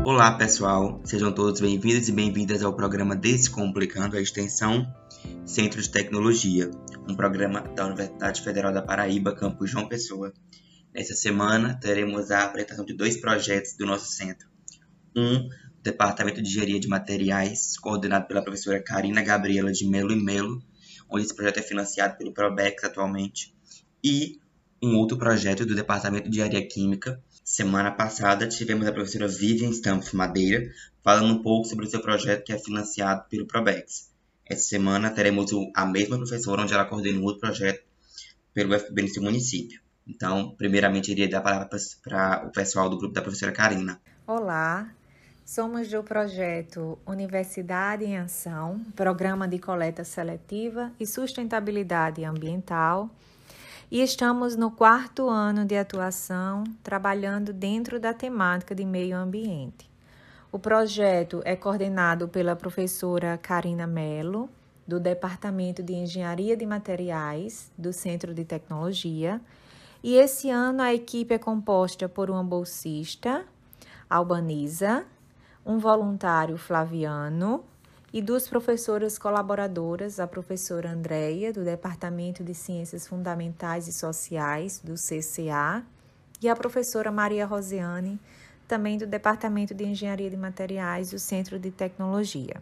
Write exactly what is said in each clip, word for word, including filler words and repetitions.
Olá pessoal, sejam todos bem-vindos e bem-vindas ao programa Descomplicando a Extensão Centro de Tecnologia, um programa da Universidade Federal da Paraíba, campus João Pessoa. Nessa semana teremos a apresentação de dois projetos do nosso centro. Um, o Departamento de Engenharia de Materiais, coordenado pela professora Karina Gabriela de Melo e Melo, onde esse projeto é financiado pelo Probex atualmente, e um outro projeto do Departamento de Engenharia Química. Semana passada tivemos a professora Vivian Stampf Madeira falando um pouco sobre o seu projeto que é financiado pelo Probex. Essa semana teremos a mesma professora onde ela coordena um outro projeto pelo U F P B no seu município. Então, primeiramente, iria dar a palavra para o pessoal do grupo da professora Karina. Olá, somos do projeto Universidade em Ação, Programa de Coleta Seletiva e Sustentabilidade Ambiental, e estamos no quarto ano de atuação, trabalhando dentro da temática de meio ambiente. O projeto é coordenado pela professora Karina Melo, do Departamento de Engenharia de Materiais, do Centro de Tecnologia, e esse ano a equipe é composta por uma bolsista, Albaniza, um voluntário, Flaviano, e duas professoras colaboradoras, a professora Andréia, do Departamento de Ciências Fundamentais e Sociais, do C C A, e a professora Maria Rosiane, também do Departamento de Engenharia de Materiais, do Centro de Tecnologia.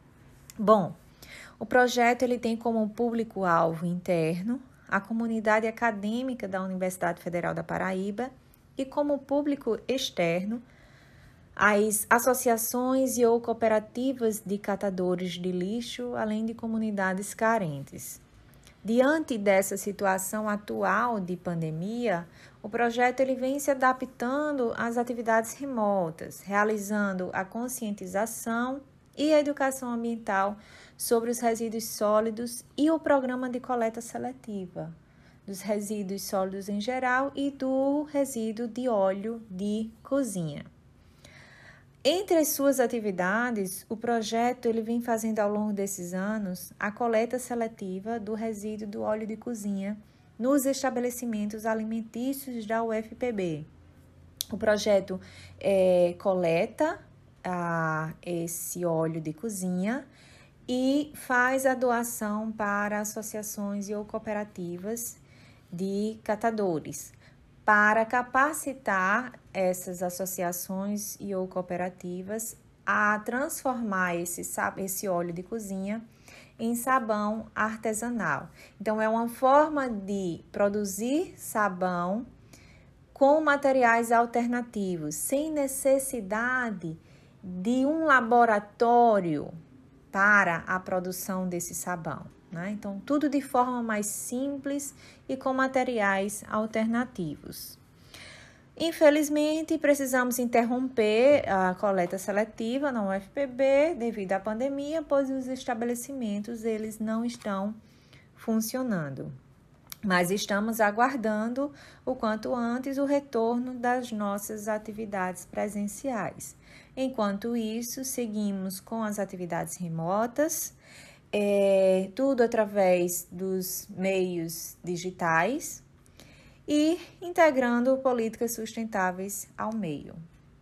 Bom, o projeto ele tem como público-alvo interno a comunidade acadêmica da Universidade Federal da Paraíba e como público externo as associações e ou cooperativas de catadores de lixo, além de comunidades carentes. Diante dessa situação atual de pandemia, o projeto ele vem se adaptando às atividades remotas, realizando a conscientização e a educação ambiental sobre os resíduos sólidos e o programa de coleta seletiva dos resíduos sólidos em geral e do resíduo de óleo de cozinha. Entre as suas atividades, o projeto ele vem fazendo ao longo desses anos a coleta seletiva do resíduo do óleo de cozinha nos estabelecimentos alimentícios da U F P B. O projeto é, coleta ah, esse óleo de cozinha e faz a doação para associações e ou cooperativas de catadores, para capacitar essas associações e ou cooperativas a transformar esse, esse óleo de cozinha em sabão artesanal. Então, é uma forma de produzir sabão com materiais alternativos, sem necessidade de um laboratório para a produção desse sabão, né? Então, tudo de forma mais simples e com materiais alternativos. Infelizmente, precisamos interromper a coleta seletiva na U F P B devido à pandemia, pois os estabelecimentos eles não estão funcionando. Mas estamos aguardando o quanto antes o retorno das nossas atividades presenciais. Enquanto isso, seguimos com as atividades remotas, é, tudo através dos meios digitais e integrando políticas sustentáveis ao meio.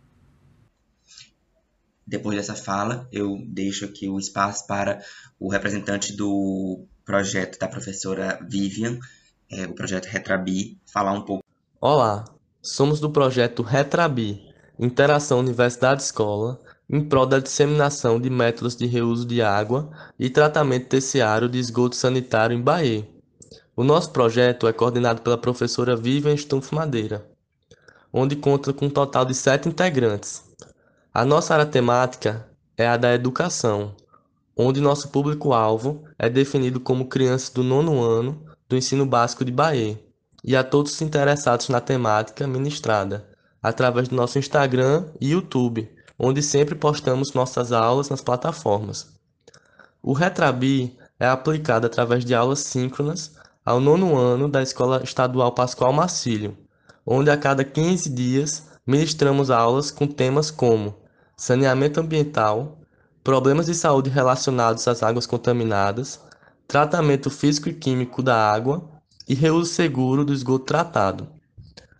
Depois dessa fala, eu deixo aqui o espaço para o representante do projeto da professora Vivian, é, o projeto Retrabi, falar um pouco. Olá, somos do projeto Retrabi, Interação Universidade-Escola, em prol da disseminação de métodos de reuso de água e tratamento terciário de esgoto sanitário em Bahia. O nosso projeto é coordenado pela professora Vivian Stumpf Madeira, onde conta com um total de sete integrantes. A nossa área temática é a da educação, onde nosso público-alvo é definido como crianças do nono ano do ensino básico de Bahia, e a todos os interessados na temática ministrada, através do nosso Instagram e YouTube, onde sempre postamos nossas aulas nas plataformas. O Retrabi é aplicado através de aulas síncronas ao nono ano da Escola Estadual Pascoal Marcílio, onde a cada quinze dias ministramos aulas com temas como saneamento ambiental, problemas de saúde relacionados às águas contaminadas, tratamento físico e químico da água e reuso seguro do esgoto tratado.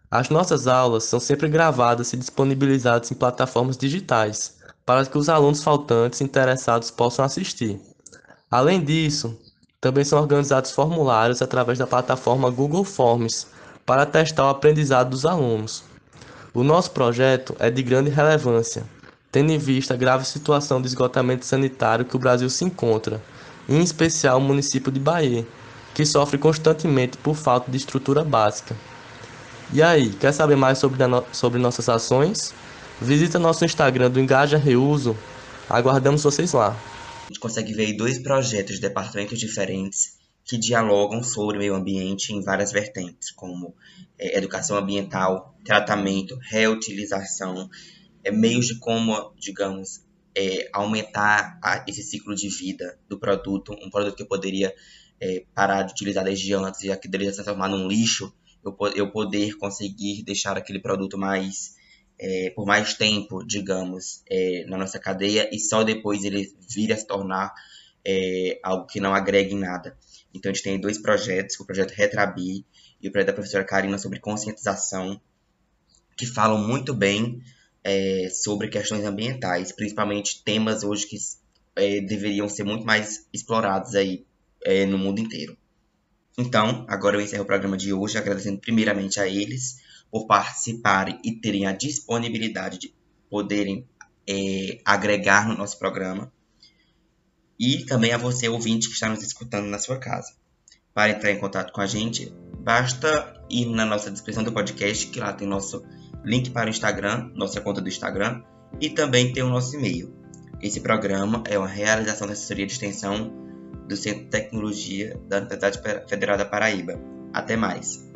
As nossas aulas são sempre gravadas e disponibilizadas em plataformas digitais, para que os alunos faltantes interessados possam assistir. Além disso, também são organizados formulários através da plataforma Google Forms para testar o aprendizado dos alunos. O nosso projeto é de grande relevância, tendo em vista a grave situação de esgotamento sanitário que o Brasil se encontra, em especial o município de Bahia, que sofre constantemente por falta de estrutura básica. E aí, quer saber mais sobre, no... sobre nossas ações? Visita nosso Instagram do Engaja Reuso. Aguardamos vocês lá. A gente consegue ver aí dois projetos de departamentos diferentes que dialogam sobre meio ambiente em várias vertentes, como é, educação ambiental, tratamento, reutilização, é, meios de como, digamos, é, aumentar a, esse ciclo de vida do produto, um produto que eu poderia é, parar de utilizar desde antes, já que deveria se transformar num lixo, eu, eu poder conseguir deixar aquele produto mais, é, por mais tempo, digamos, é, na nossa cadeia, e só depois ele vir a se tornar é, algo que não agregue em nada. Então a gente tem dois projetos, o projeto Retrabi e o projeto da professora Karina sobre conscientização, que falam muito bem é, sobre questões ambientais, principalmente temas hoje que é, deveriam ser muito mais explorados aí é, no mundo inteiro. Então, agora eu encerro o programa de hoje, agradecendo primeiramente a eles por participarem e terem a disponibilidade de poderem é, agregar no nosso programa. E também a você, ouvinte, que está nos escutando na sua casa. Para entrar em contato com a gente, basta ir na nossa descrição do podcast, que lá tem nosso link para o Instagram, nossa conta do Instagram, e também tem o nosso e-mail. Esse programa é uma realização da assessoria de extensão do Centro de Tecnologia da Universidade Federal da Paraíba. Até mais!